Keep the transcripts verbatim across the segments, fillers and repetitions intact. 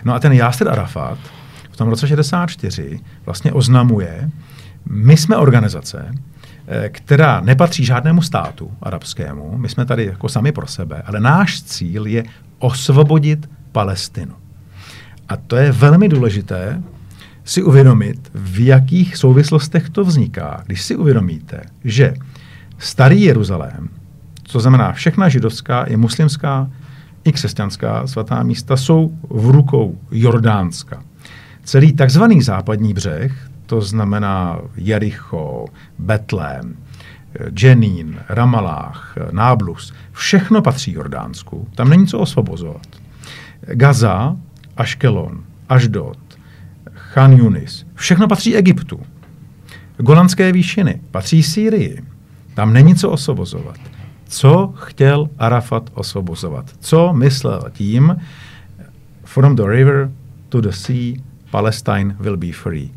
No a ten Yasser Arafat v tom roce šedesát čtyři vlastně oznamuje, my jsme organizace, která nepatří žádnému státu arabskému, my jsme tady jako sami pro sebe, ale náš cíl je osvobodit Palestinu. A to je velmi důležité si uvědomit, v jakých souvislostech to vzniká. Když si uvědomíte, že starý Jeruzalém, to znamená všechna židovská i muslimská i křesťanská svatá místa, jsou v rukou Jordánska. Celý takzvaný západní břeh, to znamená Jericho, Betlém, Dženín, Ramalách, Náblus, všechno patří Jordánsku. Tam není co osvobozovat. Gaza, Aškelon, Ašdod, Chan Yunis, všechno patří Egyptu. Golanské výšiny patří Sýrii. Tam není co osvobozovat. Co chtěl Arafat osvobozovat? Co myslel tím? From the river to the sea, Palestine will be free.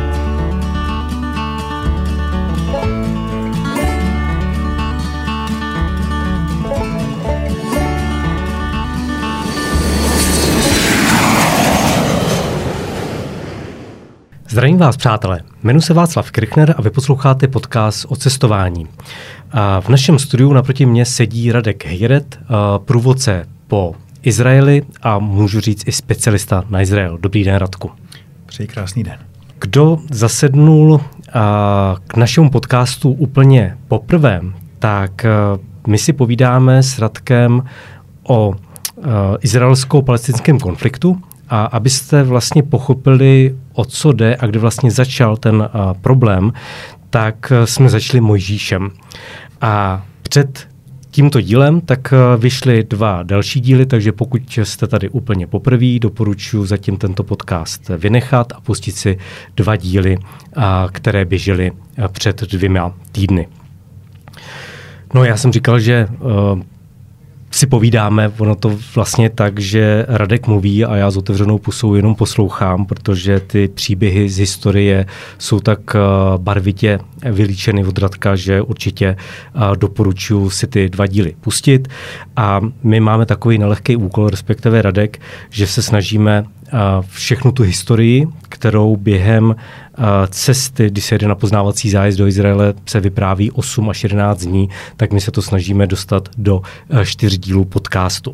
Zdravím vás, přátelé. Jmenuji se Václav Kirchner a vy posloucháte podcast o cestování. A v našem studiu naproti mně sedí Radek Hejret, průvodce po Izraeli a můžu říct i specialista na Izrael. Dobrý den, Radku. Přeji krásný den. Kdo zasednul k našemu podcastu úplně poprvé, tak my si povídáme s Radkem o izraelsko-palestinském konfliktu. A abyste vlastně pochopili, o co jde a kdy vlastně začal ten uh, problém, tak uh, jsme začali Mojžíšem. A před tímto dílem tak uh, vyšly dva další díly, takže pokud jste tady úplně poprvé, doporučuji zatím tento podcast vynechat a pustit si dva díly, uh, které běžely uh, před dvěma týdny. No já jsem říkal, že uh, si povídáme, ono to vlastně tak, že Radek mluví a já s otevřenou pusou jenom poslouchám, protože ty příběhy z historie jsou tak barvitě vylíčeny od Radka, že určitě doporučuji si ty dva díly pustit. A my máme takový nelehký úkol, respektive Radek, že se snažíme všechnu tu historii, kterou během cesty, když se jede na poznávací zájezd do Izraele, se vypráví osm až jedenáct dní, tak my se to snažíme dostat do čtyř dílů podcastu.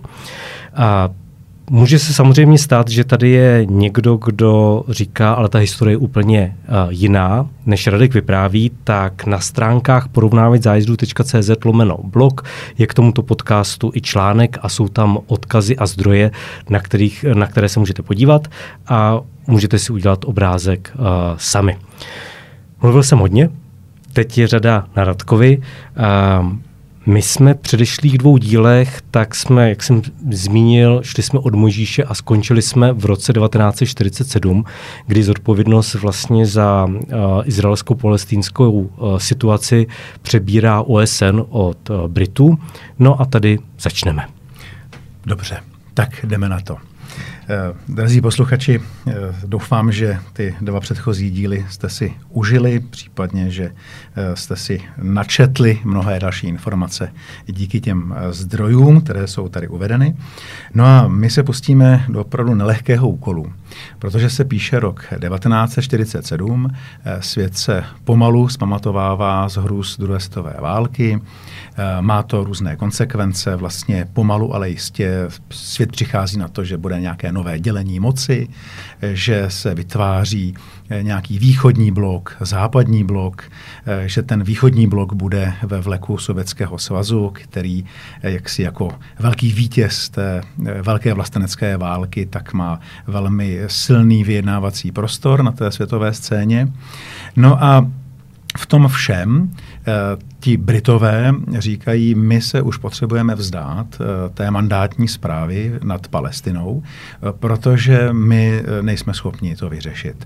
A může se samozřejmě stát, že tady je někdo, kdo říká, ale ta historie je úplně uh, jiná, než Radek vypráví, tak na stránkách porovnávat zájezdu tečka cé zet lomeno blog je k tomuto podcastu i článek a jsou tam odkazy a zdroje, na, kterých, na které se můžete podívat a můžete si udělat obrázek uh, sami. Mluvil jsem hodně, teď je řada na Radkovi. Uh, My jsme v předešlých dvou dílech, tak jsme, jak jsem zmínil, šli jsme od Mojžíše a skončili jsme v roce devatenáct set čtyřicet sedm, kdy zodpovědnost vlastně za uh, izraelsko-palestinskou uh, situaci přebírá O S N od uh, Britů. No a tady začneme. Dobře, tak jdeme na to. Drazí posluchači, doufám, že ty dva předchozí díly jste si užili, případně, že jste si načetli mnohé další informace díky těm zdrojům, které jsou tady uvedeny. No a my se pustíme do opravdu nelehkého úkolu, protože se píše rok devatenáct set čtyřicet sedm, svět se pomalu zpamatovává z hrůz druhé světové války, má to různé konsekvence, vlastně pomalu, ale jistě svět přichází na to, že bude nějaké nové dělení moci, že se vytváří nějaký východní blok, západní blok, že ten východní blok bude ve vleku Sovětského svazu, který jaksi jako velký vítěz té velké vlastenecké války, tak má velmi silný vyjednávací prostor na té světové scéně. No a v tom všem ti Britové říkají, my se už potřebujeme vzdát té mandátní správy nad Palestinou, protože my nejsme schopni to vyřešit.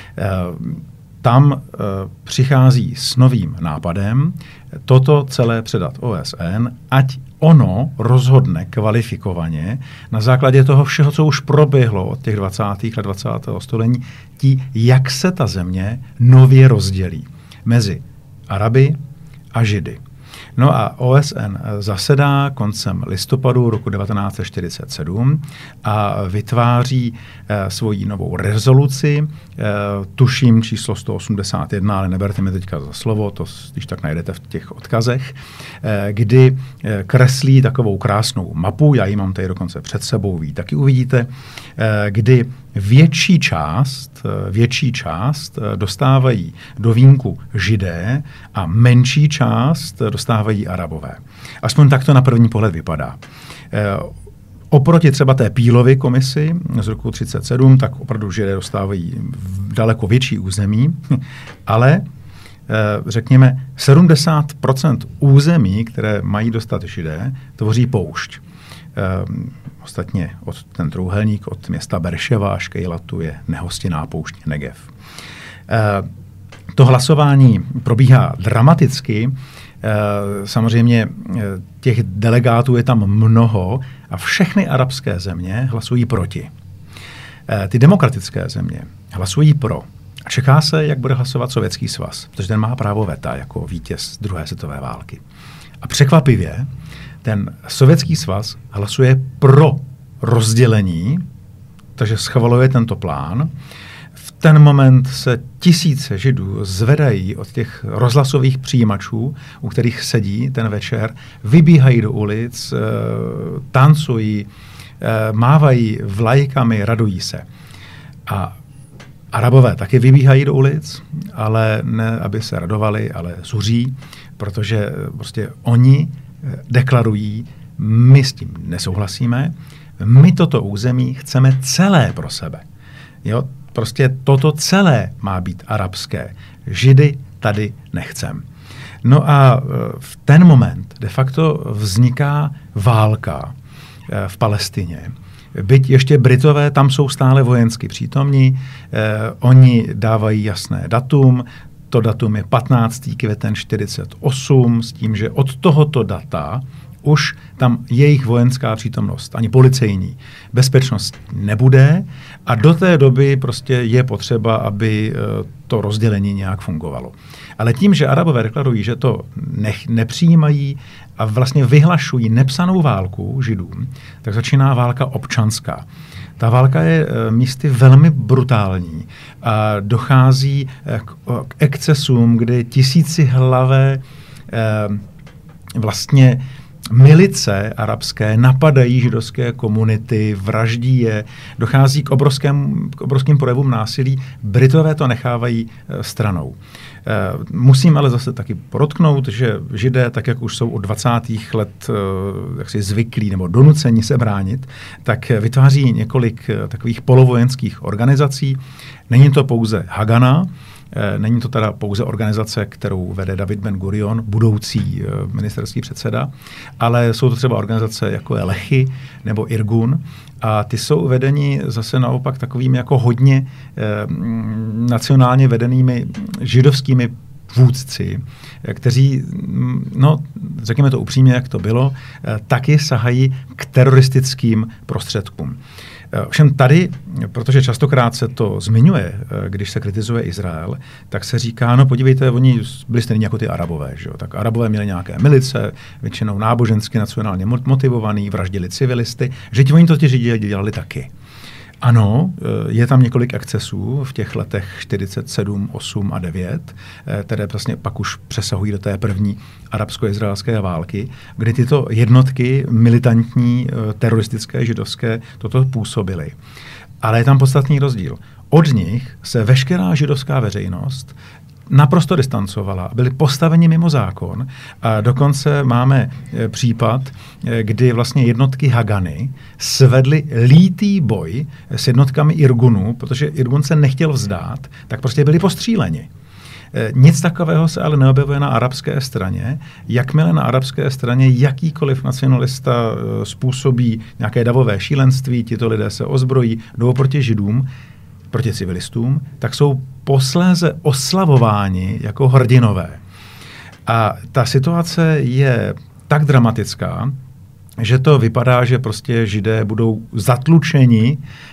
Tam přichází s novým nápadem toto celé předat O S N, ať ono rozhodne kvalifikovaně na základě toho všeho, co už proběhlo od těch dvacátých let dvacátého století, jak se ta země nově rozdělí mezi Araby a Židy. No a O S N zasedá koncem listopadu roku devatenáct set čtyřicet sedm a vytváří eh, svoji novou rezoluci, eh, tuším číslo sto osmdesát jedna, ale neberte mi teďka za slovo, to když tak najdete v těch odkazech, eh, kdy eh, kreslí takovou krásnou mapu, já ji mám tady dokonce před sebou, vy taky uvidíte, eh, kdy větší část, větší část dostávají do vínku Židé a menší část dostávají Arabové. Aspoň tak to na první pohled vypadá. Oproti třeba té Pílovy komisi z roku třicet sedm, tak opravdu Židé dostávají daleko větší území, ale řekněme sedmdesát procent území, které mají dostat Židé, tvoří poušť. Ostatně od ten trůhelník od města Berševa až k Ejlatu je nehostinná poušť Negev. To hlasování probíhá dramaticky. Samozřejmě těch delegátů je tam mnoho a všechny arabské země hlasují proti. Ty demokratické země hlasují pro. A čeká se, jak bude hlasovat Sovětský svaz, protože ten má právo veta jako vítěz druhé světové války. A překvapivě ten Sovětský svaz hlasuje pro rozdělení, takže schvaluje tento plán. V ten moment se tisíce Židů zvedají od těch rozhlasových přijímačů, u kterých sedí ten večer, vybíhají do ulic, tancují, mávají vlajkami, radují se. A Arabové taky vybíhají do ulic, ale ne, aby se radovali, ale zuří, protože prostě oni deklarují, my s tím nesouhlasíme, my toto území chceme celé pro sebe. Jo? Prostě toto celé má být arabské. Židy tady nechcem. No a v ten moment de facto vzniká válka v Palestině. Byť ještě Britové tam jsou stále vojensky přítomní, eh, oni dávají jasné datum, to datum je patnáctého května čtyřicet osm, s tím, že od tohoto data už tam jejich vojenská přítomnost, ani policejní bezpečnost nebude a do té doby prostě je potřeba, aby to rozdělení nějak fungovalo. Ale tím, že Arabové deklarují, že to nech, nepřijímají a vlastně vyhlašují nepsanou válku Židům, tak začíná válka občanská. Ta válka je místy velmi brutální a dochází k, k excesům, kdy tisícihlavé eh, vlastně milice arabské napadají židovské komunity, vraždí je, dochází k, obrovském, k obrovským projevům násilí. Britové to nechávají e, stranou. E, musím ale zase taky podotknout, že Židé, tak jak už jsou od dvacátých let e, jaksi zvyklí nebo donuceni se bránit, tak vytváří několik e, takových polovojenských organizací. Není to pouze Hagana, není to teda pouze organizace, kterou vede David Ben Gurion, budoucí ministerský předseda, ale jsou to třeba organizace jako je Lechy nebo Irgun a ty jsou vedeni zase naopak takovými jako hodně eh, nacionálně vedenými židovskými vůdci, kteří, no, řekněme to upřímně, jak to bylo, eh, taky sahají k teroristickým prostředkům. Všem tady, protože častokrát se to zmiňuje, když se kritizuje Izrael, tak se říká, no podívejte, oni byli stejně jako ty Arabové. Že jo? Tak Arabové měli nějaké milice, většinou nábožensky, nacionálně motivovaný, vraždili civilisty, že ti oni to ti Židi dělali taky. Ano, je tam několik excesů v těch letech čtyřicet sedm, osm a devět, které vlastně pak už přesahují do té první arabsko-izraelské války, kdy tyto jednotky militantní, teroristické, židovské toto působily. Ale je tam podstatný rozdíl. Od nich se veškerá židovská veřejnost naprosto distancovala, byli postaveni mimo zákon a dokonce máme případ, kdy vlastně jednotky Hagany svedly lítý boj s jednotkami Irgunu, protože Irgun se nechtěl vzdát, tak prostě byli postříleni. Nic takového se ale neobjevuje na arabské straně. Jakmile na arabské straně jakýkoliv nacionalista způsobí nějaké davové šílenství, tito lidé se ozbrojí, jdou proti Židům, proti civilistům, tak jsou posléze oslavováni jako hrdinové. A ta situace je tak dramatická, že to vypadá, že prostě Židé budou zatlučeni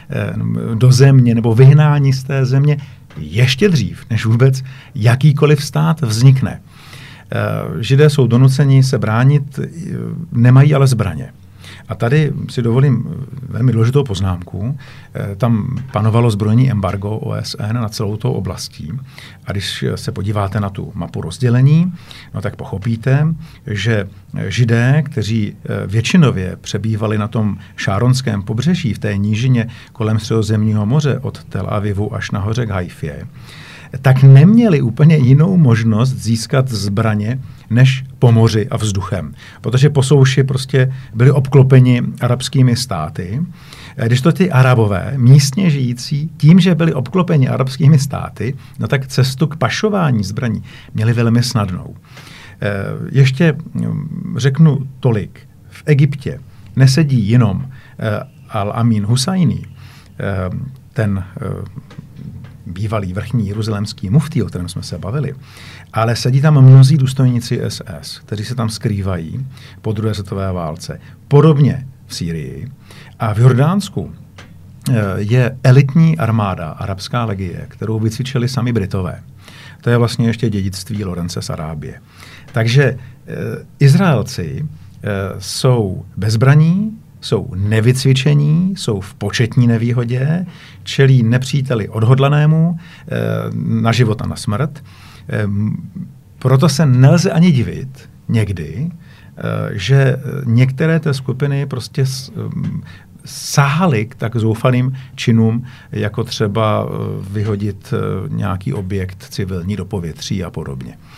do země nebo vyhnáni z té země ještě dřív, než vůbec jakýkoliv stát vznikne. Židé jsou donuceni se bránit, nemají ale zbraně. A tady si dovolím velmi důležitou poznámku. Tam panovalo zbrojní embargo O S N na celou tou oblastí. A když se podíváte na tu mapu rozdělení, no tak pochopíte, že Židé, kteří většinově přebývali na tom šáronském pobřeží, v té nížině kolem Středozemního moře od Tel Avivu až nahoře k Haifě, tak neměli úplně jinou možnost získat zbraně než po moři a vzduchem. Protože po souši prostě byli obklopeni arabskými státy. Když to ty Arabové, místně žijící, tím, že byli obklopeni arabskými státy, no tak cestu k pašování zbraní měli velmi snadnou. Ještě řeknu tolik. V Egyptě nesedí jenom Al-Amin Husajni, ten bývalý vrchní jeruzalémský muftí, o kterém jsme se bavili, ale sedí tam mnozí důstojníci S S, kteří se tam skrývají po druhé světové válce. Podobně v Sýrii. A v Jordánsku je elitní armáda, arabská legie, kterou vycvičili sami Britové. To je vlastně ještě dědictví Lorence z Arábie. Takže e, Izraelci e, jsou bezbraní, jsou nevycvičení, jsou v početní nevýhodě, čelí nepříteli odhodlanému e, na život a na smrt. E, proto se nelze ani divit někdy, e, že některé té skupiny prostě s, sáhali k tak zoufalým činům, jako třeba vyhodit nějaký objekt civilní do povětří a podobně. E,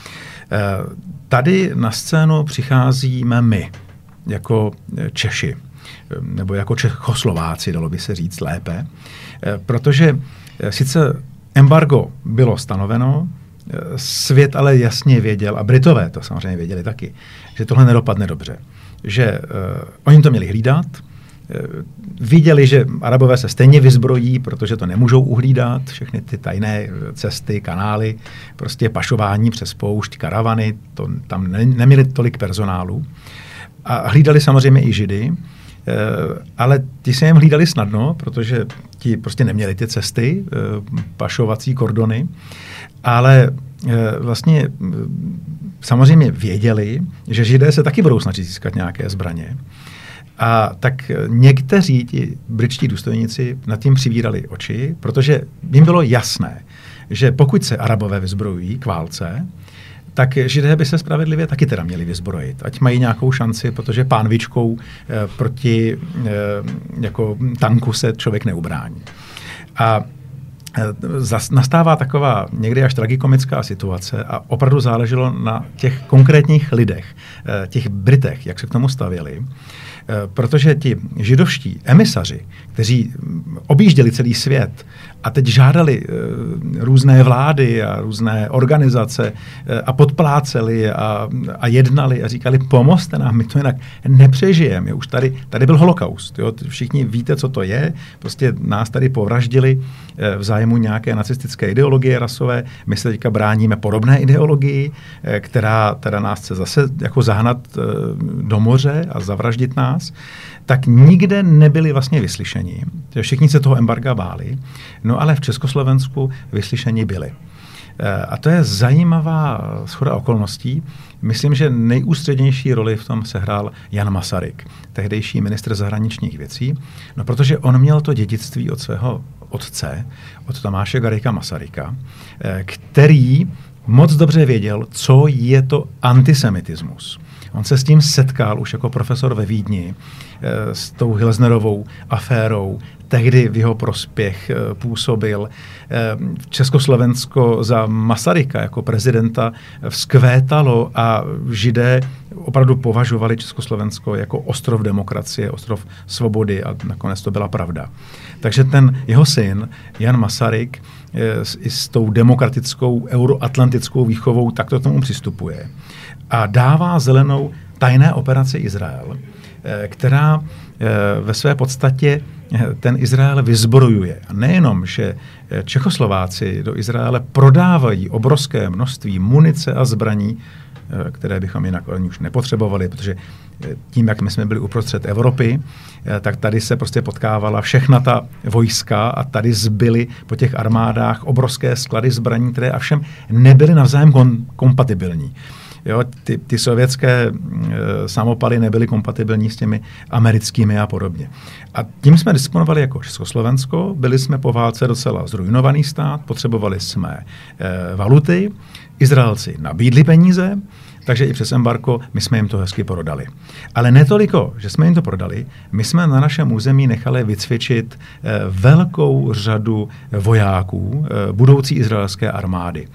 tady na scénu přicházíme my, jako Češi, nebo jako Čechoslováci, dalo by se říct lépe, protože sice embargo bylo stanoveno, svět ale jasně věděl, a Britové to samozřejmě věděli taky, že tohle nedopadne dobře. Že uh, oni to měli hlídat, uh, viděli, že Arabové se stejně vyzbrojí, protože to nemůžou uhlídat, všechny ty tajné cesty, kanály, prostě pašování přes poušť, karavany, to, tam ne, neměli tolik personálu. A hlídali samozřejmě i Židy, ale ti se jim hlídali snadno, protože ti prostě neměli ty cesty, pašovací kordony, ale vlastně samozřejmě věděli, že Židé se taky budou snažit získat nějaké zbraně. A tak někteří ti britští důstojníci nad tím přivírali oči, protože jim bylo jasné, že pokud se Arabové vyzbrojují k válce, tak Židé by se spravedlivě taky teda měli vyzbrojit. Ať mají nějakou šanci, protože pánvičkou e, proti e, jako tanku se člověk neubrání. A e, zas, nastává taková někdy až tragikomická situace a opravdu záleželo na těch konkrétních lidech, e, těch Britech, jak se k tomu stavěli. Protože ti židovští emisaři, kteří objížděli celý svět a teď žádali různé vlády a různé organizace a podpláceli a, a jednali a říkali, pomozte nám, my to jinak nepřežijeme. Už tady, tady byl holokaust. Jo? Všichni víte, co to je. Prostě nás tady povraždili v zájmu nějaké nacistické ideologie rasové. My se teďka bráníme podobné ideologii, která teda nás chce zase jako zahnat do moře a zavraždit nás. Tak nikde nebyli vlastně vyslyšeni. Všichni se toho embarga báli, no ale v Československu vyslyšeni byli. A to je zajímavá shoda okolností. Myslím, že nejústřednější roli v tom sehrál Jan Masaryk, tehdejší ministr zahraničních věcí, no protože on měl to dědictví od svého otce, od Tomáše Garrigua Masaryka, který moc dobře věděl, co je to antisemitismus. On se s tím setkal už jako profesor ve Vídni e, s tou Hilsnerovou aférou. Tehdy v jeho prospěch e, působil. E, Československo za Masaryka jako prezidenta vzkvétalo a Židé opravdu považovali Československo jako ostrov demokracie, ostrov svobody a nakonec to byla pravda. Takže ten jeho syn, Jan Masaryk, e, s, i s tou demokratickou euroatlantickou výchovou takto k tomu přistupuje. A dává zelenou tajné operaci Izrael, která ve své podstatě ten Izrael vyzbrojuje. A nejenom, že Čechoslováci do Izraele prodávají obrovské množství munice a zbraní, které bychom jinak už nepotřebovali, protože tím, jak my jsme byli uprostřed Evropy, tak tady se prostě potkávala všechna ta vojska a tady zbyly po těch armádách obrovské sklady zbraní, které avšem nebyly navzájem kompatibilní. Jo, ty, ty sovětské e, samopaly nebyly kompatibilní s těmi americkými a podobně. A tím jsme disponovali jako Československo, byli jsme po válce docela zrujnovaný stát, potřebovali jsme e, valuty, Izraelci nabídli peníze, takže i přes embargo my jsme jim to hezky prodali. Ale netoliko, že jsme jim to prodali, my jsme na našem území nechali vycvičit e, velkou řadu vojáků e, budoucí izraelské armády.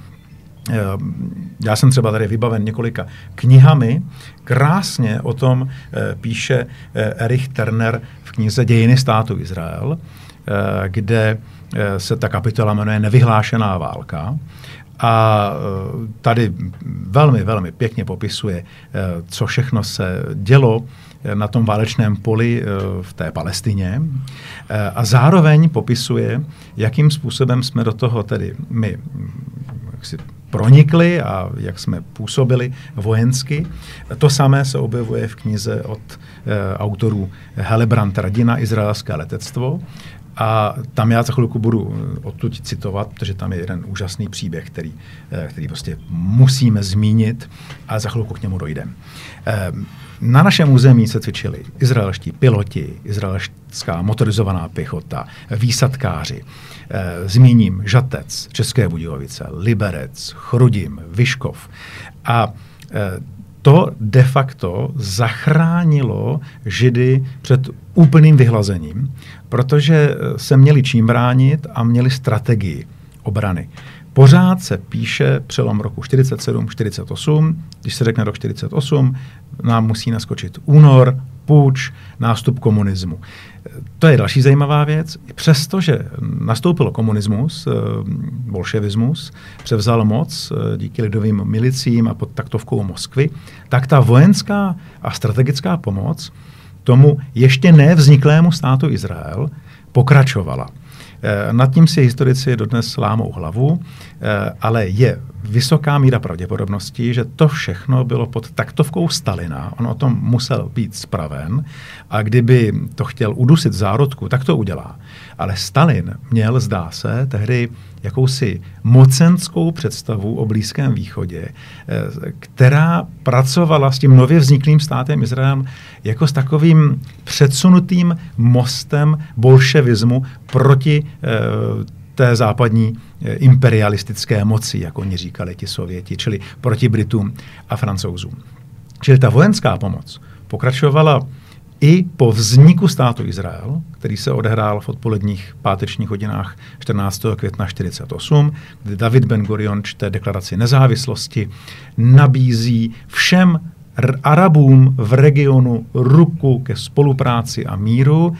Já jsem třeba tady vybaven několika knihami, krásně o tom píše Erich Terner v knize Dějiny státu Izrael, kde se ta kapitola jmenuje Nevyhlášená válka. A tady velmi, velmi pěkně popisuje, co všechno se dělo na tom válečném poli v té Palestině a zároveň popisuje, jakým způsobem jsme do toho tedy my jaksi pronikli a jak jsme působili vojensky. To samé se objevuje v knize od e, autorů Helebrant Radina Izraelské letectvo. A tam já za chvilku budu odtud citovat, protože tam je jeden úžasný příběh, který, který prostě musíme zmínit a za chvilku k němu dojdeme. Na našem území se cvičili izraelští piloti, izraelská motorizovaná pěchota, výsadkáři. Zmíním Žatec, České Budějovice, Liberec, Chrudim, Vyškov. A to de facto zachránilo Židy před úplným vyhlazením, protože se měli čím bránit a měli strategii obrany. Pořád se píše přelom roku čtyřicet sedm čtyřicet osm, když se řekne rok čtyřicet osm, nám musí naskočit únor, puč, nástup komunismu. To je další zajímavá věc. Přestože nastoupil komunismus, bolševismus, převzal moc díky lidovým milicím a pod taktovkou Moskvy, tak ta vojenská a strategická pomoc tomu ještě nevzniklému státu Izrael pokračovala. Nad tím si historici dodnes lámou hlavu, ale je vysoká míra pravděpodobnosti, že to všechno bylo pod taktovkou Stalina. On o tom musel být spraven a kdyby to chtěl udusit v zárodku, tak to udělá. Ale Stalin měl, zdá se, tehdy jakousi mocenskou představu o Blízkém východě, která pracovala s tím nově vzniklým státem Izrael jako s takovým předsunutým mostem bolševismu proti té západní imperialistické moci, jak oni říkali ti Sověti, čili proti Britům a Francouzům. Čili ta vojenská pomoc pokračovala i po vzniku státu Izrael, který se odehrál v odpoledních pátečních hodinách čtrnáctého května čtyřicet osm, kdy David Ben-Gurion čte deklaraci nezávislosti, nabízí všem r- Arabům v regionu ruku ke spolupráci a míru.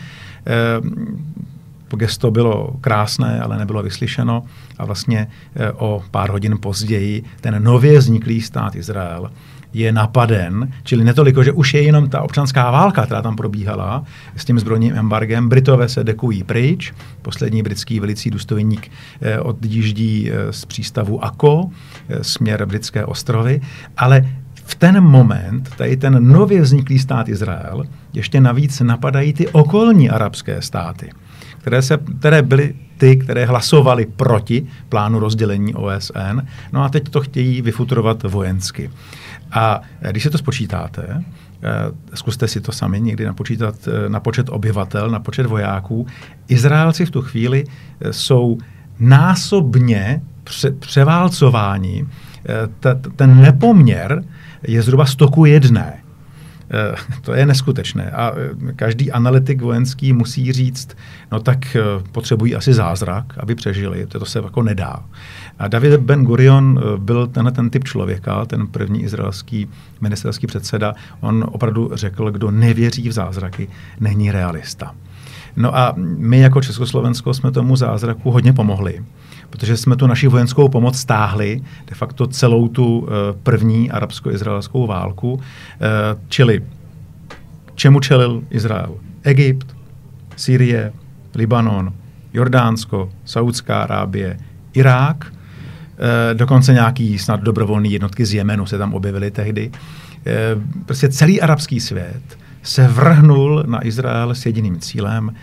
E, gesto bylo krásné, ale nebylo vyslyšeno a vlastně e, o pár hodin později ten nově vzniklý stát Izrael je napaden, čili netoliko, že už je jenom ta občanská válka, která tam probíhala s tím zbrojním embargem. Britové se dekují pryč, poslední britský velicí důstojník eh, odjíždí eh, z přístavu Akko, eh, směr britské ostrovy, ale v ten moment, tady ten nově vzniklý stát Izrael, ještě navíc napadají ty okolní arabské státy, které, se, které byly ty, které hlasovali proti plánu rozdělení O S N, no a teď to chtějí vyfutrovat vojensky. A když se to spočítáte, zkuste si to sami někdy napočítat na počet obyvatel, na počet vojáků, Izraelci v tu chvíli jsou násobně pře- převálcováni. T- ten nepoměr je zhruba sto ku jedné. To je neskutečné. A každý analytik vojenský musí říct, no tak potřebují asi zázrak, aby přežili. To se jako nedá. A David Ben-Gurion byl tenhle ten typ člověka, ten první izraelský ministerský předseda. On opravdu řekl, kdo nevěří v zázraky, není realista. No a my jako Československo jsme tomu zázraku hodně pomohli, protože jsme tu naši vojenskou pomoc stáhli, de facto celou tu první arabsko-izraelskou válku, čili čemu čelil Izrael? Egypt, Sýrie, Libanon, Jordánsko, Saudská Arábie, Irák, dokonce nějaký snad dobrovolný jednotky z Jemenu se tam objevily tehdy. Prostě celý arabský svět se vrhnul na Izrael s jediným cílem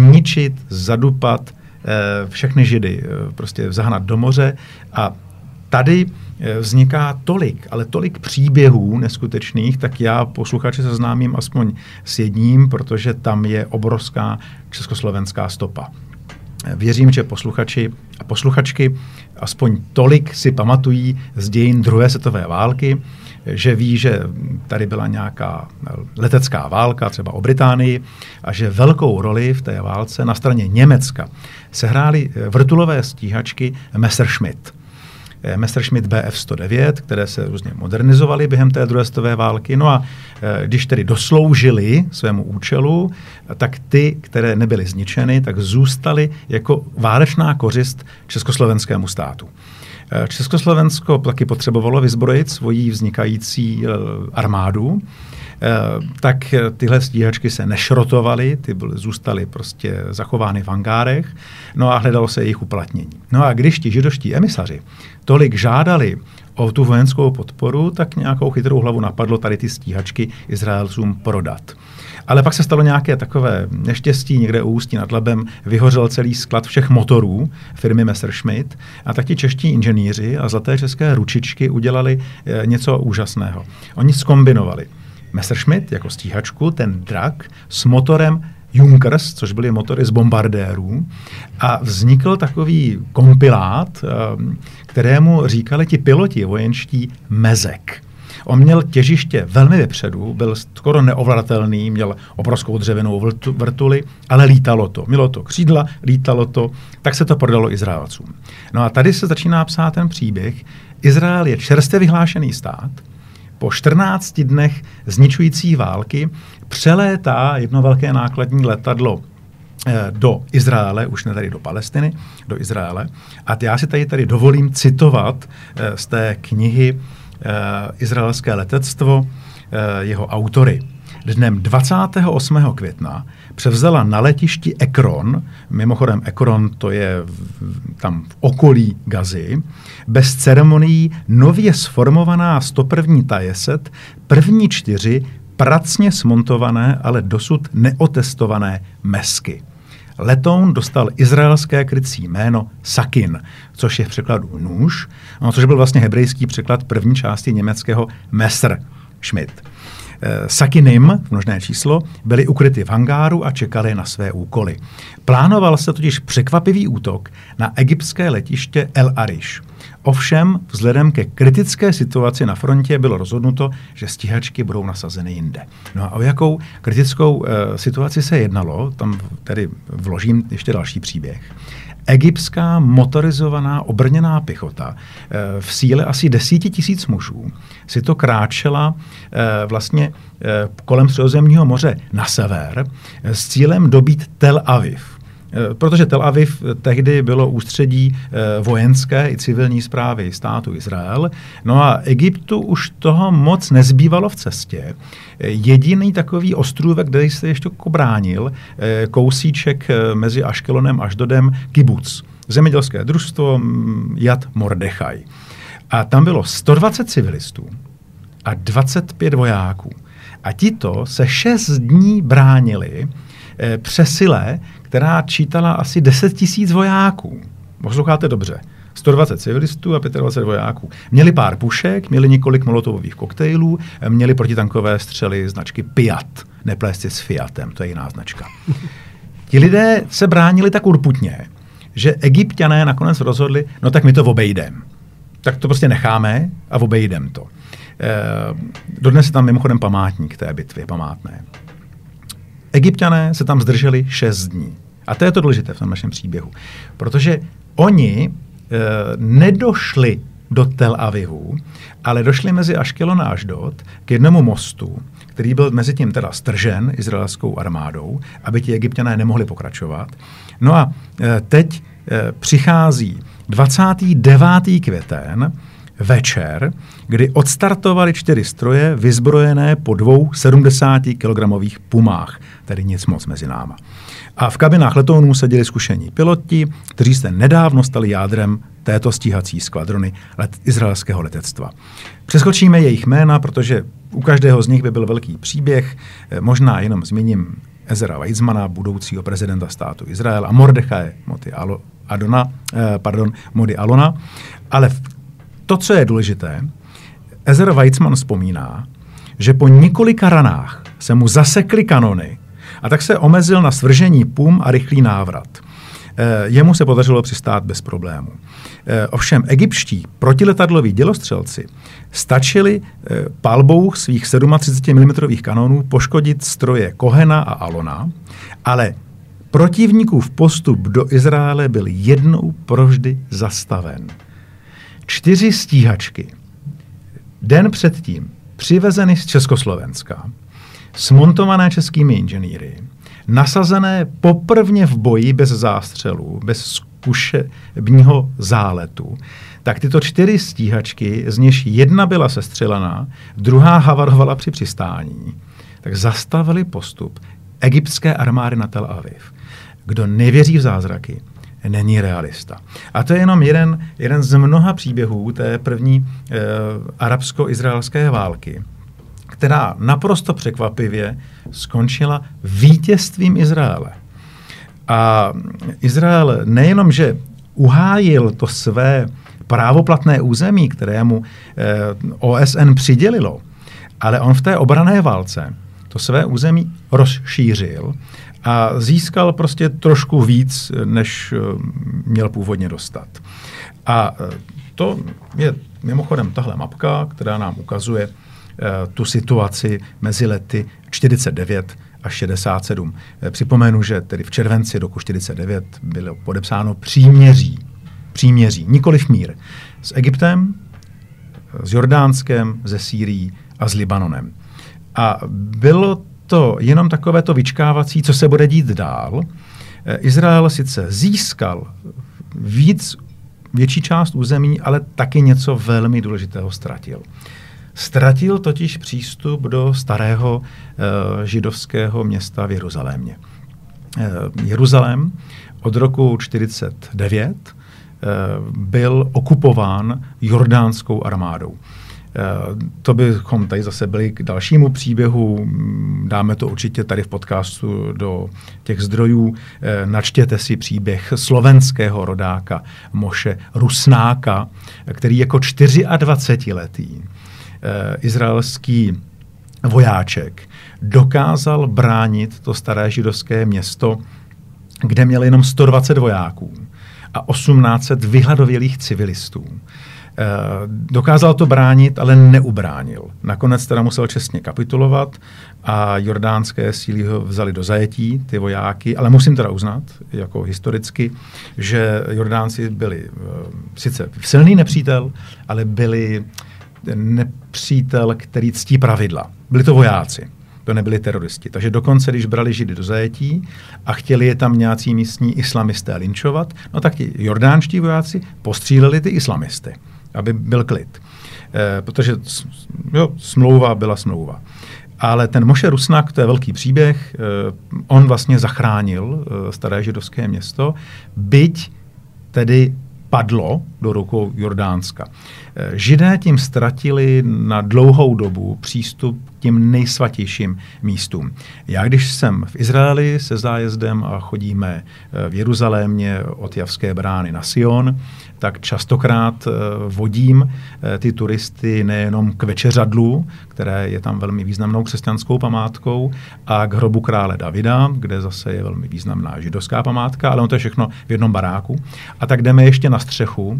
zničit, zadupat všechny Židy, prostě zahnat do moře a tady vzniká tolik, ale tolik příběhů neskutečných, tak já posluchače seznámím aspoň s jedním, protože tam je obrovská československá stopa. Věřím, že posluchači a posluchačky aspoň tolik si pamatují z dějin druhé světové války, že ví, že tady byla nějaká letecká válka, třeba o Británii, a že velkou roli v té válce na straně Německa sehrály vrtulové stíhačky Messerschmitt. Messerschmitt B F sto devět, které se různě modernizovaly během té druhé světové války. No a když tedy dosloužily svému účelu, tak ty, které nebyly zničeny, tak zůstaly jako válečná kořist československému státu. Československo taky potřebovalo vyzbrojit svoji vznikající armádu, tak tyhle stíhačky se nešrotovaly, ty byly, zůstaly prostě zachovány v hangárech, no a hledalo se jejich uplatnění. No a když ti židovští emisaři tolik žádali o tu vojenskou podporu, tak nějakou chytrou hlavu napadlo tady ty stíhačky Izraelcům prodat. Ale pak se stalo nějaké takové neštěstí, někde u Ústí nad Labem vyhořel celý sklad všech motorů firmy Messerschmitt a tak ti čeští inženýři a zlaté české ručičky udělali něco úžasného. Oni zkombinovali Messerschmitt jako stíhačku, ten drak, s motorem Junkers, což byly motory z bombardérů, a vznikl takový kompilát, kterému říkali ti piloti vojenští Mezek. On měl těžiště velmi vepředu, byl skoro neovladatelný, měl obrovskou dřevěnou vrtuli, ale lítalo to. Mělo to křídla, lítalo to, tak se to prodalo Izraelcům. No a tady se začíná psát ten příběh. Izrael je čerstvě vyhlášený stát, po čtrnácti dnech zničující války přelétá jedno velké nákladní letadlo do Izraele, už ne tady do Palestiny, do Izraele. A já si tady, tady dovolím citovat z té knihy Izraelské letectvo jeho autory. Dnem dvacátého osmého května převzala na letišti Ekron, mimochodem Ekron to je v, tam v okolí Gazy, bez ceremonií nově sformovaná sto první Tajeset, první čtyři pracně smontované, ale dosud neotestované mesky. Letoun dostal izraelské krycí jméno Sakin, což je v překladu nůž, no, což byl vlastně hebrejský překlad první části německého Messerschmitt. Sakinim, množné číslo, byly ukryty v hangáru a čekali na své úkoly. Plánoval se totiž překvapivý útok na egyptské letiště El Arish. Ovšem, vzhledem ke kritické situaci na frontě bylo rozhodnuto, že stíhačky budou nasazeny jinde. No a o jakou kritickou e, situaci se jednalo, tam tedy vložím ještě další příběh. Egyptská motorizovaná obrněná pěchota e, v síle asi desíti tisíc mužů si to kráčela e, vlastně e, kolem Středozemního moře na sever e, s cílem dobít Tel Aviv. Protože Tel Aviv tehdy bylo ústředí vojenské i civilní správy státu Izrael. No a Egyptu už toho moc nezbývalo v cestě. Jediný takový ostrůvek, kde se ještě bránil, kousíček mezi Aškelonem a Ašdodem, kibuc. Zemědělské družstvo Yad Mordechai. A tam bylo sto dvacet civilistů a dvacet pět vojáků. A tito se šest dní bránili přesile, která čítala asi deset tisíc vojáků. Posloucháte dobře. sto dvacet civilistů a dvacet pět vojáků. Měli pár pušek, měli několik molotovových koktejlů, měli protitankové střely značky Piat. Neplést si s Fiatem, to je jiná značka. Ti lidé se bránili tak urputně, že Egypťané nakonec rozhodli, no tak my to obejdem. Tak to prostě necháme a obejdem to. E, dodnes je tam mimochodem památník té bitvy, památné. Egypťané se tam zdrželi šest dní. A to je to důležité v tom našem příběhu. Protože oni e, nedošli do Tel Avivu, ale došli mezi Aškelon a Ašdod k jednomu mostu, který byl mezi tím teda stržen izraelskou armádou, aby ti Egypťané nemohli pokračovat. No a e, teď e, přichází dvacátého devátého květen, večer, kdy odstartovali čtyři stroje vyzbrojené po dvou sedmdesátikilogramových pumách, tedy nic moc mezi náma. A v kabinách letounů seděli zkušení piloti, kteří se nedávno stali jádrem této stíhací skvadrony let, izraelského letectva. Přeskočíme jejich jména, protože u každého z nich by byl velký příběh, možná jenom zmíním Ezra Weizmana, budoucího prezidenta státu Izrael, a Mordechaje Modi Alona, eh, pardon, Modi Alona, ale v to, co je důležité, Ezer Weizmann vzpomíná, že po několika ranách se mu zasekly kanony a tak se omezil na svržení pum a rychlý návrat. Jemu se podařilo přistát bez problémů. Ovšem egyptští protiletadloví dělostřelci stačili palbou svých třicet sedm milimetrů kanonů poškodit stroje Kohena a Alona, ale protivníkův postup do Izraele byl jednou provždy zastaven. Čtyři stíhačky den předtím přivezeny z Československa, smontované českými inženýry, nasazené poprvně v boji bez zástřelu, bez zkušebního záletu, tak tyto čtyři stíhačky, z něž jedna byla sestřelená, druhá havarovala při přistání, tak zastavili postup egyptské armády na Tel Aviv. Kdo nevěří v zázraky, není realista. A to je jenom jeden, jeden z mnoha příběhů té první eh, arabsko-izraelské války, která naprosto překvapivě skončila vítězstvím Izraele. A Izrael nejenom, že uhájil to své právoplatné území, kterému eh, O S N přidělilo, ale on v té obranné válce to své území rozšířil a získal prostě trošku víc, než měl původně dostat. A to je mimochodem tahle mapka, která nám ukazuje tu situaci mezi lety čtyřicet devět a šedesát sedm. Připomenu, že tedy v červenci roku čtyřicet devět bylo podepsáno příměří. Příměří, nikoliv mír. S Egyptem, s Jordánskem, se Sýrií a s Libanonem. A bylo to jenom takové to vyčkávací, co se bude dít dál. Izrael sice získal víc, větší část území, ale taky něco velmi důležitého ztratil. Ztratil totiž přístup do starého e, židovského města v Jeruzalémě. E, Jeruzalém od roku čtyřicet devět e, byl okupován jordánskou armádou. To bychom tady zase byli k dalšímu příběhu, dáme to určitě tady v podcastu do těch zdrojů. Načtěte si příběh slovenského rodáka Moše Rusnáka, který jako dvacetičtyřletý izraelský vojáček dokázal bránit to staré židovské město, kde měl jenom sto dvacet vojáků a osmnáct set vyhladovělých civilistů. Dokázal to bránit, ale neubránil. Nakonec teda musel čestně kapitulovat a jordánské síly ho vzali do zajetí, ty vojáky, ale musím teda uznat, jako historicky, že Jordánci byli sice silný nepřítel, ale byli nepřítel, který ctí pravidla. Byli to vojáci. To nebyli teroristi. Takže dokonce, když brali Židy do zajetí a chtěli je tam nějací místní islamisté linčovat, no tak ti jordánští vojáci postříleli ty islamisty, aby byl klid. E, protože jo, smlouva byla smlouva. Ale ten Moše Rusnak, to je velký příběh, e, on vlastně zachránil e, staré židovské město, byť tedy padlo do rukou Jordánska. Židé tím ztratili na dlouhou dobu přístup k těm nejsvatějším místům. Já, když jsem v Izraeli se zájezdem a chodíme v Jeruzalémě od Javské brány na Sion, tak častokrát vodím ty turisty nejenom k Večeřadlu, které je tam velmi významnou křesťanskou památkou, a k hrobu krále Davida, kde zase je velmi významná židovská památka, ale on to je všechno v jednom baráku. A tak jdeme ještě na střechu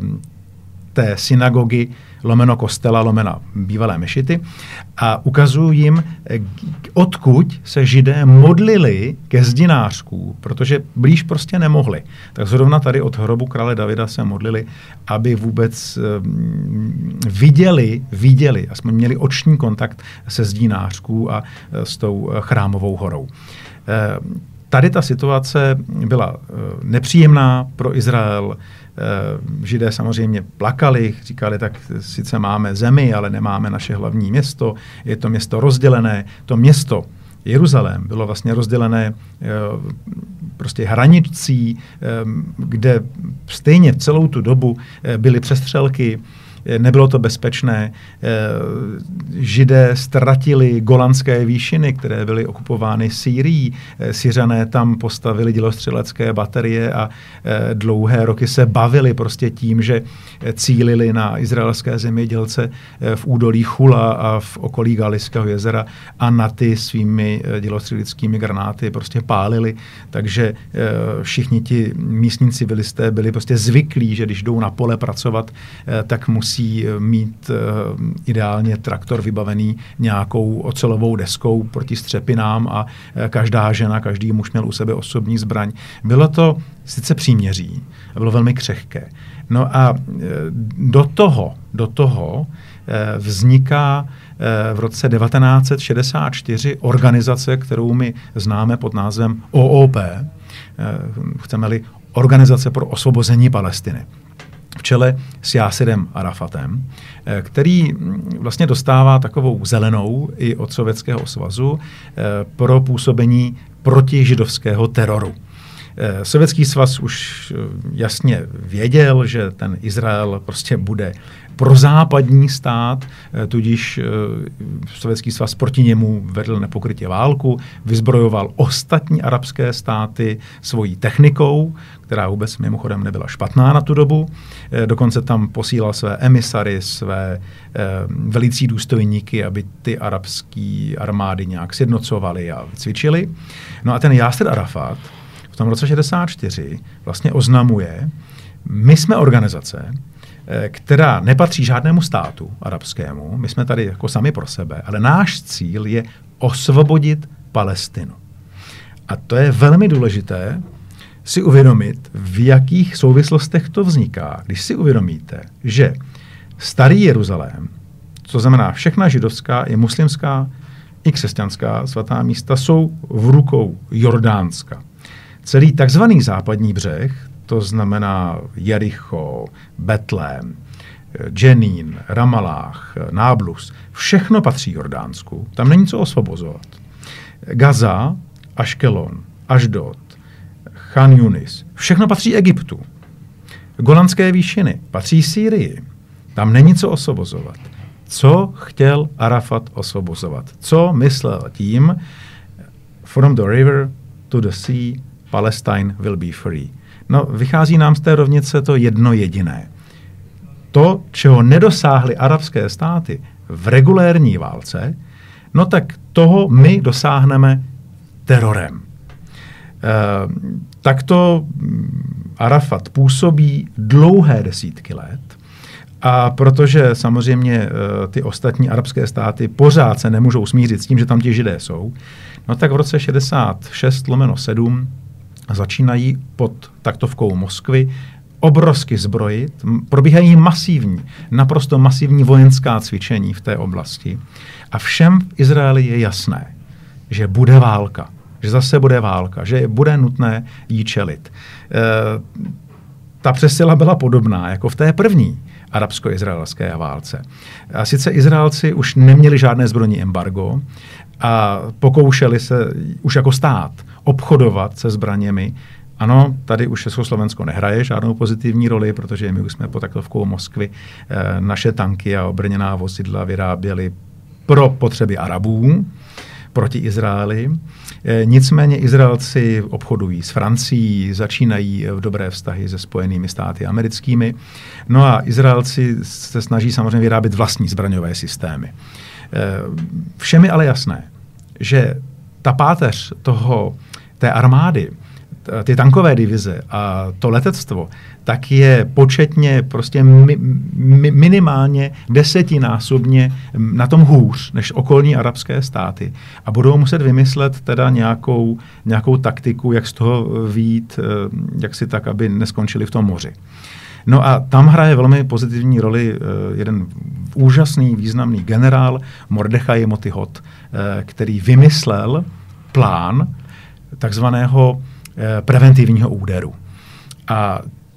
té synagogy, lomeno kostela, lomena bývalé mešity a ukazuju jim, odkud se Židé modlili ke zdinářků, protože blíž prostě nemohli. Tak zrovna tady od hrobu krále Davida se modlili, aby vůbec um, viděli, viděli, aspoň měli oční kontakt se zdinářků a s tou chrámovou horou. Uh, Tady ta situace byla uh, nepříjemná pro Izrael. Uh, Židé samozřejmě plakali, říkali, tak sice máme zemi, ale nemáme naše hlavní město. Je to město rozdělené. To město Jeruzalém bylo vlastně rozdělené uh, prostě hranicí, uh, kde stejně celou tu dobu uh, byly přestřelky. nebylo to bezpečné. Židé ztratili Golanské výšiny, které byly okupovány Sýrií. Syřané tam postavili dělostřelecké baterie a dlouhé roky se bavili prostě tím, že cílili na izraelské zemědělce v údolí Chula a v okolí Galilejského jezera a na ty svými dělostřeleckými granáty prostě pálili. Takže všichni ti místní civilisté byli prostě zvyklí, že když jdou na pole pracovat, tak musí mít ideálně traktor vybavený nějakou ocelovou deskou proti střepinám a každá žena, každý muž měl u sebe osobní zbraň. Bylo to sice příměří, bylo velmi křehké. No a do toho, do toho vzniká v roce devatenáct set šedesát čtyři organizace, kterou my známe pod názvem O O P, chceme-li Organizace pro osvobození Palestiny, v čele s Jásirem Arafatem, který vlastně dostává takovou zelenou i od Sovětského svazu pro působení protižidovského teroru. Sovětský svaz už jasně věděl, že ten Izrael prostě bude prozápadní stát, tudíž Sovětský svaz proti němu vedl nepokrytě válku, vyzbrojoval ostatní arabské státy svojí technikou, která vůbec mimochodem nebyla špatná na tu dobu. Dokonce tam posílal své emisary, své velící důstojníky, aby ty arabské armády nějak sjednocovaly a cvičily. No a ten Jásir Arafat v tom roce šedesát čtyři vlastně oznamuje, my jsme organizace, která nepatří žádnému státu arabskému, my jsme tady jako sami pro sebe, ale náš cíl je osvobodit Palestinu. A to je velmi důležité si uvědomit, v jakých souvislostech to vzniká. Když si uvědomíte, že starý Jeruzalém, to znamená všechna židovská i muslimská i křesťanská svatá místa, jsou v rukou Jordánska. Celý takzvaný západní břeh, to znamená Jericho, Betlém, Dženín, Ramalách, Náblus, všechno patří Jordánsku, tam není co osvobozovat. Gaza, Aškelon, Ašdod, Chan Yunis, všechno patří Egyptu. Golanské výšiny patří Sýrii, tam není co osvobozovat. Co chtěl Arafat osvobozovat? Co myslel tím? From the river to the sea, Palestine will be free. No, vychází nám z té rovnice to jedno jediné. To, čeho nedosáhly arabské státy v regulérní válce, no tak toho my dosáhneme terorem. E, takto Arafat působí dlouhé desítky let a protože samozřejmě e, ty ostatní arabské státy pořád se nemůžou smířit s tím, že tam ti židé jsou, no tak v roce šedesát šest lomeno sedm začínají pod taktovkou Moskvy obrovsky zbrojit, probíhají masivní, naprosto masivní vojenská cvičení v té oblasti. A všem v Izraeli je jasné, že bude válka, že zase bude válka, že bude nutné jí čelit. E, ta přesila byla podobná jako v té první arabsko-izraelské válce. A sice Izraelci už neměli žádné zbrojní embargo a pokoušeli se už jako stát obchodovat se zbraněmi. Ano, tady už Československo nehraje žádnou pozitivní roli, protože my už jsme pod taktovkou Moskvy e, naše tanky a obrněná vozidla vyráběli pro potřeby Arabů proti Izraeli. E, nicméně Izraelci obchodují s Francií, začínají v dobré vztahy se Spojenými státy americkými. No a Izraelci se snaží samozřejmě vyrábět vlastní zbraňové systémy. E, všem je ale jasné, že ta páteř toho, té armády, ty tankové divize a to letectvo, tak je početně prostě mi, mi, minimálně desetinásobně na tom hůř než okolní arabské státy a budou muset vymyslet teda nějakou, nějakou taktiku, jak z toho vyjít, jak si tak, aby neskončili v tom moři. No a tam hraje velmi pozitivní roli jeden úžasný, významný generál Mordechaj Motihot, který vymyslel plán takzvaného preventivního úderu. A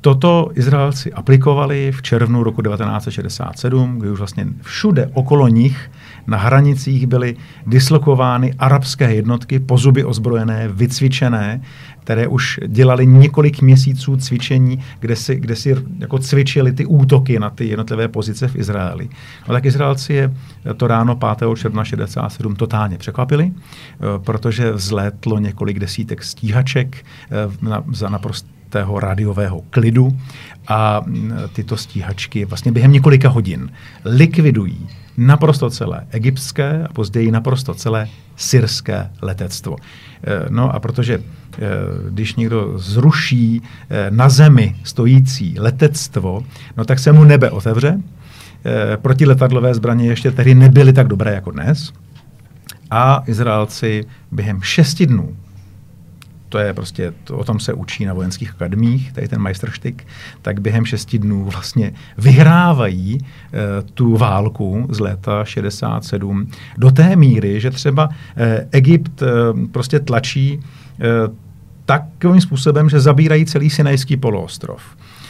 Toto Izraelci aplikovali v červnu roku devatenáct set šedesát sedm, kdy už vlastně všude okolo nich na hranicích byly dislokovány arabské jednotky, po zuby ozbrojené, vycvičené, které už dělali několik měsíců cvičení, kde si, kde si jako cvičili ty útoky na ty jednotlivé pozice v Izraeli. No tak Izraelci je to ráno pátého června šedesát sedm totálně překvapili, protože vzlétlo několik desítek stíhaček na, za naprostého rádiového klidu a tyto stíhačky vlastně během několika hodin likvidují naprosto celé egyptské a později naprosto celé syrské letectvo. No a protože když někdo zruší na zemi stojící letectvo, no tak se mu nebe otevře. Protiletadlové zbraně ještě tehdy nebyly tak dobré jako dnes. A Izraelci během šesti dnů, to je prostě, to, o tom se učí na vojenských akademiích, tady ten Meisterstück, tak během šesti dnů vlastně vyhrávají e, tu válku z léta šedesát sedm do té míry, že třeba e, Egypt e, prostě tlačí e, takovým způsobem, že zabírají celý Sinajský poloostrov.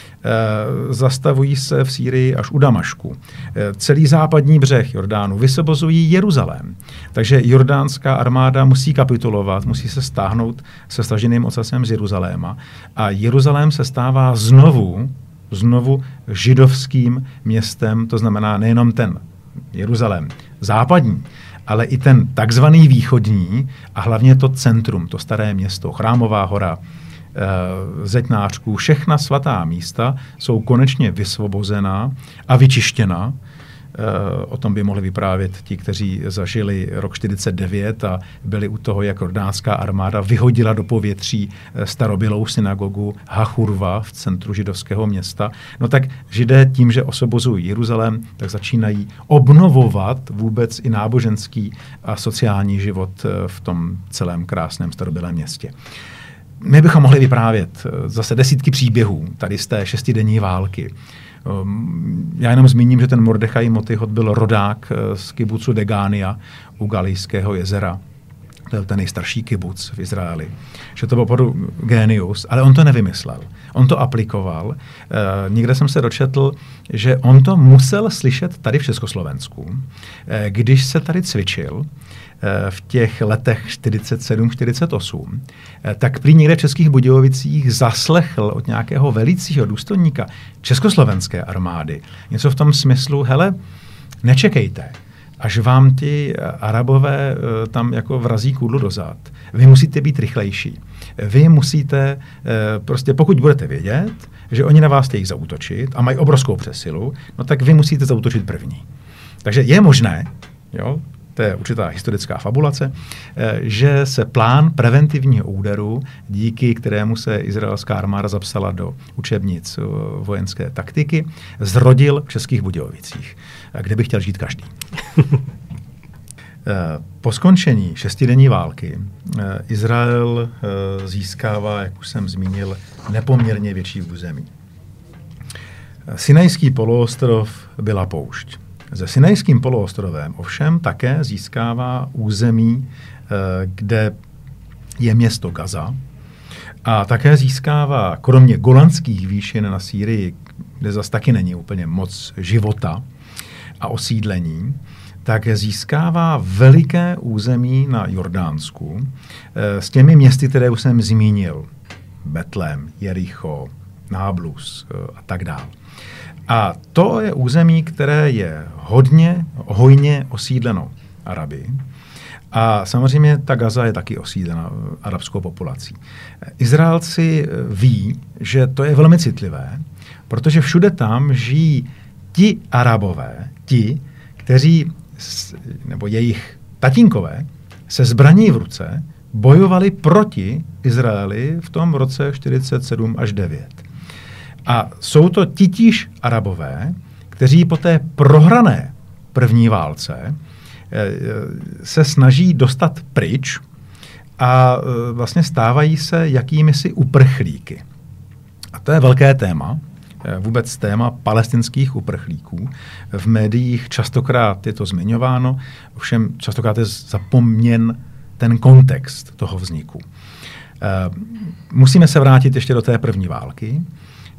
E, zastavují se v Sýrii až u Damašku. E, celý západní břeh Jordánu vysvobozují Jeruzalém. Takže jordánská armáda musí kapitulovat, musí se stáhnout se staženým ocasem z Jeruzaléma. A Jeruzalém se stává znovu, znovu židovským městem, to znamená nejenom ten Jeruzalém západní, ale i ten takzvaný východní a hlavně to centrum, to staré město, Chrámová hora, Zetnářků, všechna svatá místa jsou konečně vysvobozená a vyčištěna. O tom by mohli vyprávět ti, kteří zažili rok čtyřicet devět a byli u toho, jak jordánská armáda vyhodila do povětří starobylou synagogu Hachurva v centru židovského města. No tak Židé tím, že osvobozují Jeruzalém, tak začínají obnovovat vůbec i náboženský a sociální život v tom celém krásném starobylém městě. My bychom mohli vyprávět zase desítky příběhů tady z té šestidenní války. Já jenom zmíním, že ten Mordechaj Motyhot byl rodák z kibucu Degania u Galilejského jezera. To je ten nejstarší kibuc v Izraeli. Že to byl opravdu génius, ale on to nevymyslel. On to aplikoval. E, někde jsem se dočetl, že on to musel slyšet tady v Československu, e, když se tady cvičil e, v těch letech čtyřicet sedm čtyřicet osm, e, tak prý někde v Českých Budějovicích zaslechl od nějakého velícího důstojníka československé armády něco v tom smyslu, hele, nečekejte, až vám ti Arabové tam jako vrazí kůdlu do zad. Vy musíte být rychlejší. Vy musíte, prostě pokud budete vědět, že oni na vás chtějí zaútočit a mají obrovskou přesilu, no tak vy musíte zaútočit první. Takže je možné, jo, to je určitá historická fabulace, že se plán preventivního úderu, díky kterému se izraelská armáda zapsala do učebnic vojenské taktiky, zrodil v Českých Budějovicích, kde by chtěl žít každý. Po skončení šestidenní války Izrael získává, jak už jsem zmínil, nepoměrně větší území. Sinajský poloostrov byla poušť. Se Sinajským poloostrovem ovšem také získává území, kde je město Gaza, a také získává kromě Golanských výšin na Sýrii, kde zas taky není úplně moc života a osídlení, tak získává veliké území na Jordánsku s těmi městy, které už jsem zmínil. Betlém, Jericho, Náblus a tak dále. A to je území, které je hodně, hojně osídleno Araby. A samozřejmě ta Gaza je taky osídlena arabskou populací. Izraelci ví, že to je velmi citlivé, protože všude tam žijí ti Arabové, ti, kteří, nebo jejich tatínkové, se zbraní v ruce bojovali proti Izraeli v tom roce čtyřicet sedm až devět. A jsou to titíž Arabové, kteří po té prohrané první válce se snaží dostat pryč a vlastně stávají se jakýmisi uprchlíky. A to je velké téma, vůbec téma palestinských uprchlíků. V médiích častokrát je to zmiňováno, ovšem častokrát je zapomněn ten kontext toho vzniku. Musíme se vrátit ještě do té první války,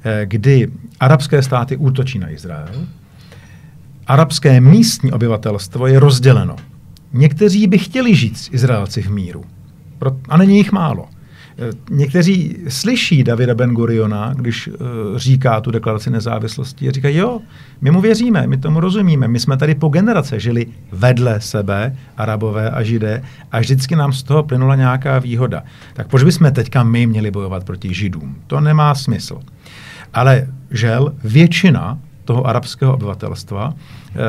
kdy arabské státy útočí na Izrael, arabské místní obyvatelstvo je rozděleno. Někteří by chtěli žít s Izraelci v míru, a není jich málo. Někteří slyší Davida Ben-Guriona, když uh, říká tu deklaraci nezávislosti a říkají, jo, my mu věříme, my tomu rozumíme, my jsme tady po generace žili vedle sebe, Arabové a Židé, a vždycky nám z toho plynula nějaká výhoda. Tak proč bychom teďka my měli bojovat proti Židům? To nemá smysl. Ale žel, většina toho arabského obyvatelstva uh,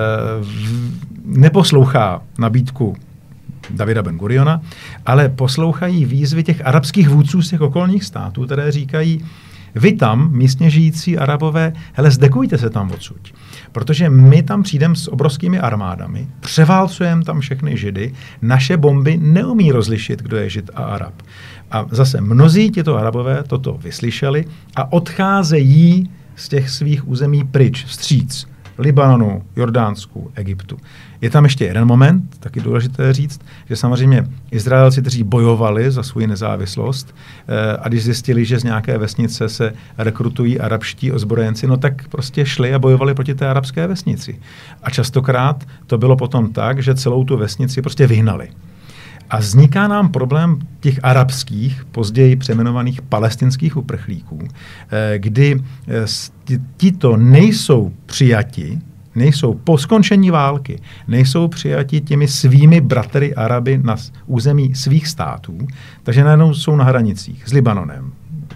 neposlouchá nabídku Davida Ben-Guriona, ale poslouchají výzvy těch arabských vůdců z těch okolních států, které říkají, vy tam, místně žijící Arabové, hele, zdekujte se tam odsud, protože my tam přijdeme s obrovskými armádami, převálcujeme tam všechny Židy, naše bomby neumí rozlišit, kdo je Žid a Arab. A zase mnozí tito Arabové toto vyslyšeli a odcházejí z těch svých území pryč, vstříc. Libanonu, Jordánsku, Egyptu. Je tam ještě jeden moment, taky důležité říct, že samozřejmě Izraelci, kteří bojovali za svou nezávislost eh, a když zjistili, že z nějaké vesnice se rekrutují arabští ozbrojenci, no tak prostě šli a bojovali proti té arabské vesnici. A častokrát to bylo potom tak, že celou tu vesnici prostě vyhnali. A vzniká nám problém těch arabských, později přejmenovaných palestinských uprchlíků, kdy tito nejsou přijati, nejsou po skončení války, nejsou přijati těmi svými bratry Araby na území svých států, takže najednou jsou na hranicích s Libanonem,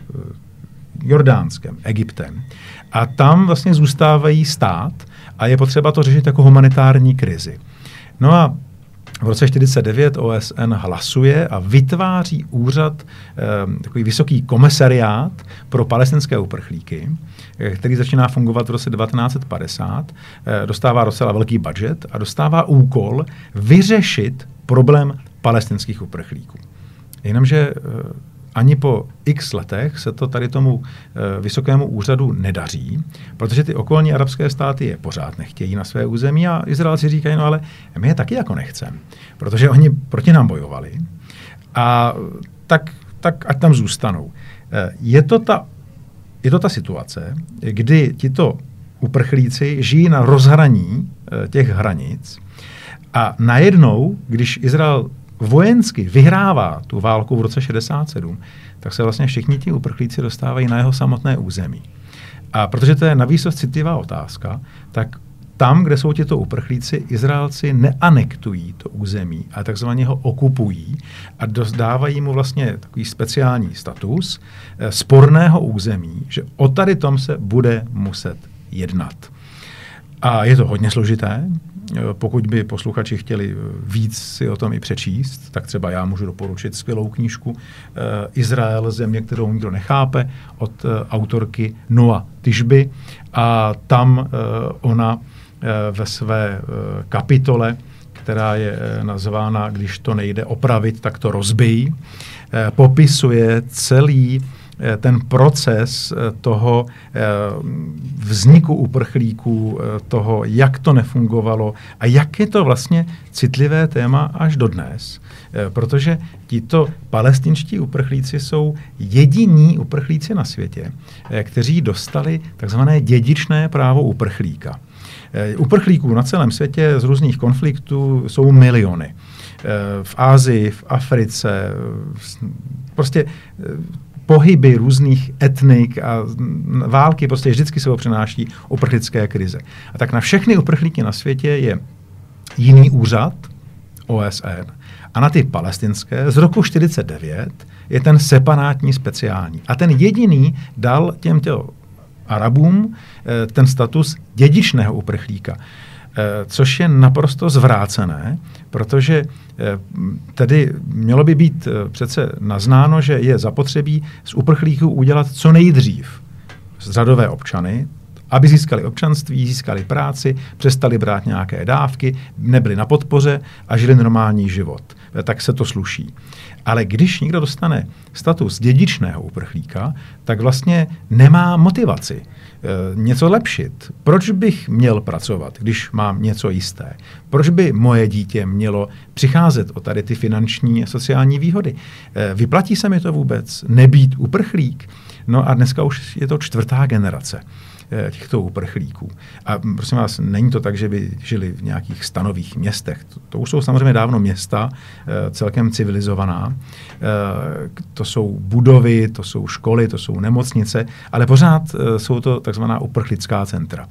Jordánskem, Egyptem. A tam vlastně zůstávají stát a je potřeba to řešit jako humanitární krizi. No a v roce čtyřicet devět O S N hlasuje a vytváří úřad, eh, takový vysoký komisariát pro palestinské uprchlíky, eh, který začíná fungovat v roce devatenáct set padesát, eh, dostává docela velký budget a dostává úkol vyřešit problém palestinských uprchlíků. Jenomže eh, ani po x letech se to tady tomu e, vysokému úřadu nedaří, protože ty okolní arabské státy je pořád nechtějí na své území a Izraelci říkají, no ale my je taky jako nechceme, protože oni proti nám bojovali a tak, tak ať tam zůstanou. E, je to ta, je to ta situace, kdy tito uprchlíci žijí na rozhraní e, těch hranic a najednou, když Izrael vojensky vyhrává tu válku v roce šedesát sedm, tak se vlastně všichni ti uprchlíci dostávají na jeho samotné území. A protože to je navýsost citlivá otázka, tak tam, kde jsou tito uprchlíci, Izraelci neanektují to území, ale takzvaně ho okupují a dávají mu vlastně takový speciální status eh, sporného území, že o tady tom se bude muset jednat. A je to hodně složité. Pokud by posluchači chtěli víc si o tom i přečíst, tak třeba já můžu doporučit skvělou knížku Izrael, země, kterou nikdo nechápe, od autorky Noa Tishby. A tam ona ve své kapitole, která je nazvána Když to nejde opravit, tak to rozbij, popisuje celý ten proces toho vzniku uprchlíků, toho, jak to nefungovalo a jak je to vlastně citlivé téma až dodnes. Protože tito palestinští uprchlíci jsou jediní uprchlíci na světě, kteří dostali takzvané dědičné právo uprchlíka. Uprchlíků na celém světě z různých konfliktů jsou miliony. V Asii, v Africe, prostě pohyby různých etnik a války prostě vždycky se přináší uprchlické krize. A tak na všechny uprchlíky na světě je jiný úřad, O S N, a na ty palestinské z roku čtyřicet devět je ten separátní speciální. A ten jediný dal těmto Arabům ten status dědičného uprchlíka, což je naprosto zvrácené, protože tedy mělo by být přece naznáno, že je zapotřebí z uprchlíků udělat co nejdřív řadové občany, aby získali občanství, získali práci, přestali brát nějaké dávky, nebyli na podpoře a žili normální život. Tak se to sluší. Ale když někdo dostane status dědičného uprchlíka, tak vlastně nemá motivaci něco lepšit. Proč bych měl pracovat, když mám něco jisté? Proč by moje dítě mělo přicházet o tady ty finanční a sociální výhody? Vyplatí se mi to vůbec nebýt uprchlík? No a dneska už je to čtvrtá generace těchto uprchlíků. A prosím vás, není to tak, že by žili v nějakých stanových městech. To, to už jsou samozřejmě dávno města, celkem civilizovaná. To jsou budovy, to jsou školy, to jsou nemocnice, ale pořád jsou to takzvaná uprchlická centra.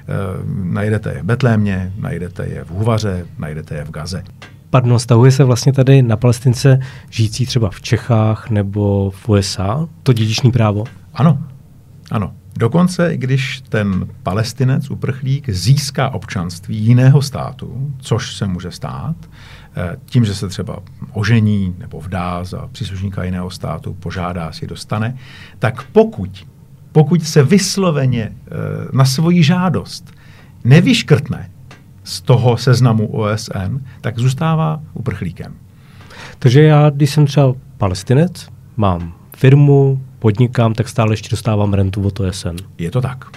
Najdete je v Betlémě, najdete je v Huvaře, najdete je v Gaze. Pardon, stahuje se vlastně tady na Palestince žijící třeba v Čechách nebo v U S A, to dědičné právo? Ano, ano. Dokonce, když ten Palestinec, uprchlík, získá občanství jiného státu, což se může stát, tím, že se třeba ožení nebo vdá za příslušníka jiného státu, požádá, si dostane, tak pokud, pokud se vysloveně na svoji žádost nevyškrtne z toho seznamu O S N, tak zůstává uprchlíkem. Takže já, když jsem třeba Palestinec, mám firmu, podnikám, tak stále ještě dostávám rentu od O S N. Je to tak.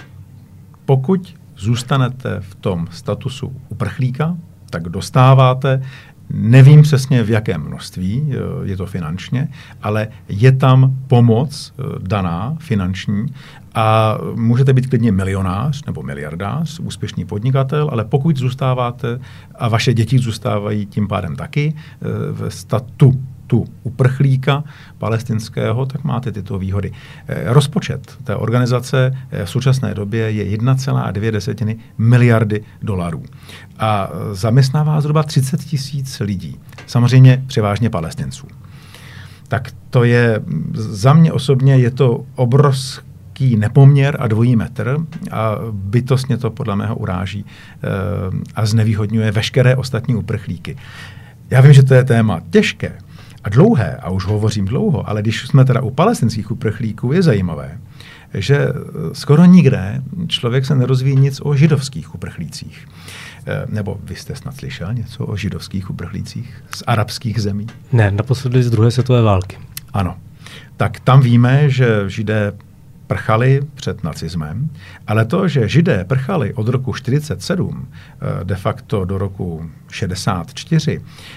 Pokud zůstanete v tom statusu uprchlíka, tak dostáváte, nevím přesně v jakém množství, je to finančně, ale je tam pomoc daná finanční a můžete být klidně milionář nebo miliardář, úspěšný podnikatel, ale pokud zůstáváte a vaše děti zůstávají tím pádem taky v statu tu uprchlíka palestinského, tak máte tyto výhody. Rozpočet té organizace v současné době je jedna celá dvě miliardy dolarů a zaměstnává zhruba třicet tisíc lidí. Samozřejmě převážně Palestinců. Tak to je, za mě osobně je to obrovský nepoměr a dvojí metr a bytostně to podle mého uráží a znevýhodňuje veškeré ostatní uprchlíky. Já vím, že to je téma těžké a dlouhé, a už hovořím dlouho, ale když jsme teda u palestinských uprchlíků, je zajímavé, že skoro nikde člověk se nerozvíjí nic o židovských uprchlících. Nebo vy jste snad slyšel něco o židovských uprchlících z arabských zemí? Ne, naposledy z druhé světové války. Ano. Tak tam víme, že Židé prchali před nacismem, ale to, že Židé prchali od roku čtyřicet sedm de facto do roku šedesát čtyři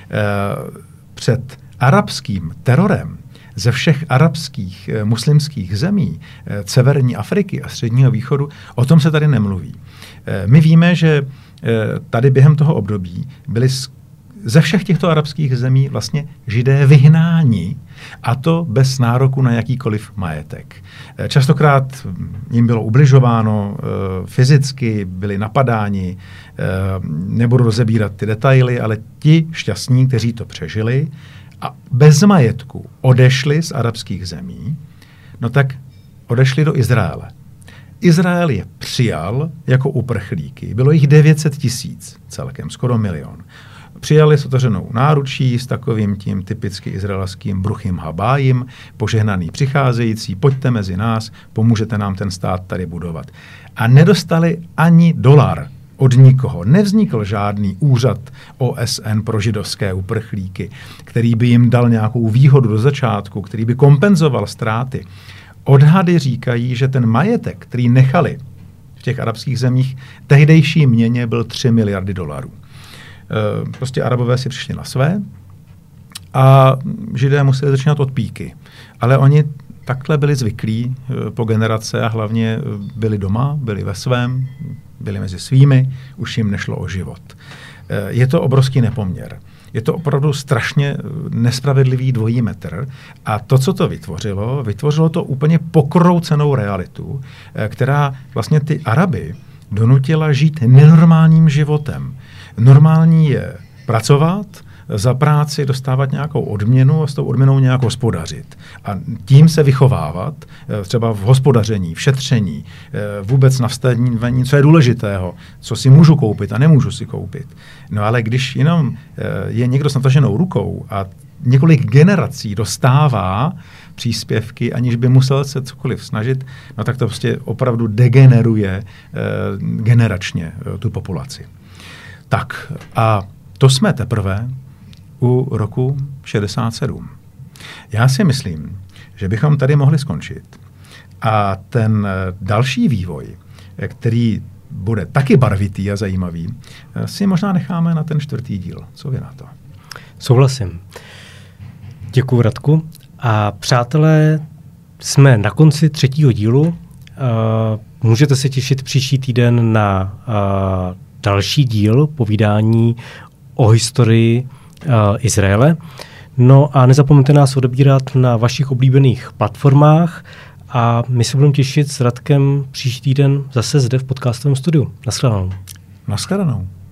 před arabským terorem ze všech arabských muslimských zemí, severní Afriky a středního východu, o tom se tady nemluví. My víme, že tady během toho období byli ze všech těchto arabských zemí vlastně Židé vyhnáni, a to bez nároku na jakýkoliv majetek. Častokrát jim bylo ubližováno fyzicky, byli napadáni, nebudu rozebírat ty detaily, ale ti šťastní, kteří to přežili a bez majetku odešli z arabských zemí, no tak odešli do Izraele. Izrael je přijal jako uprchlíky. Bylo jich devět set tisíc celkem, skoro milion. Přijali s otevřenou náručí, s takovým tím typicky izraelským bruchým habájim, požehnaný přicházející, pojďte mezi nás, pomůžete nám ten stát tady budovat. A nedostali ani dolar od nikoho. Nevznikl žádný úřad O S N pro židovské uprchlíky, který by jim dal nějakou výhodu do začátku, který by kompenzoval ztráty. Odhady říkají, že ten majetek, který nechali v těch arabských zemích, tehdejší měně byl tři miliardy dolarů. Prostě Arabové si přišli na své a Židé museli začínat od píky. Ale oni takhle byli zvyklí po generace a hlavně byli doma, byli ve svém, byli mezi svými, už jim nešlo o život. Je to obrovský nepoměr. Je to opravdu strašně nespravedlivý dvojí metr a to, co to vytvořilo, vytvořilo to úplně pokroucenou realitu, která vlastně ty Araby donutila žít nenormálním životem. Normální je pracovat, za práci dostávat nějakou odměnu a s tou odměnou nějak hospodařit. A tím se vychovávat, třeba v hospodaření, v šetření, vůbec nastavení, co je důležitého, co si můžu koupit a nemůžu si koupit. No ale když jenom je někdo s nataženou rukou a několik generací dostává příspěvky, aniž by musel se cokoliv snažit, no tak to prostě opravdu degeneruje generačně tu populaci. Tak a to jsme teprve u roku šedesát sedm. Já si myslím, že bychom tady mohli skončit a ten další vývoj, který bude taky barvitý a zajímavý, si možná necháme na ten čtvrtý díl. Co vy na to? Souhlasím. Děkuju, Radku. A přátelé, jsme na konci třetího dílu. Uh, můžete se těšit příští týden na uh, další díl povídání o historii uh, Izraele. No a nezapomeňte nás odebírat na vašich oblíbených platformách a my se budeme těšit s Radkem příští týden zase zde v podcastovém studiu. Naschledanou. Naschledanou.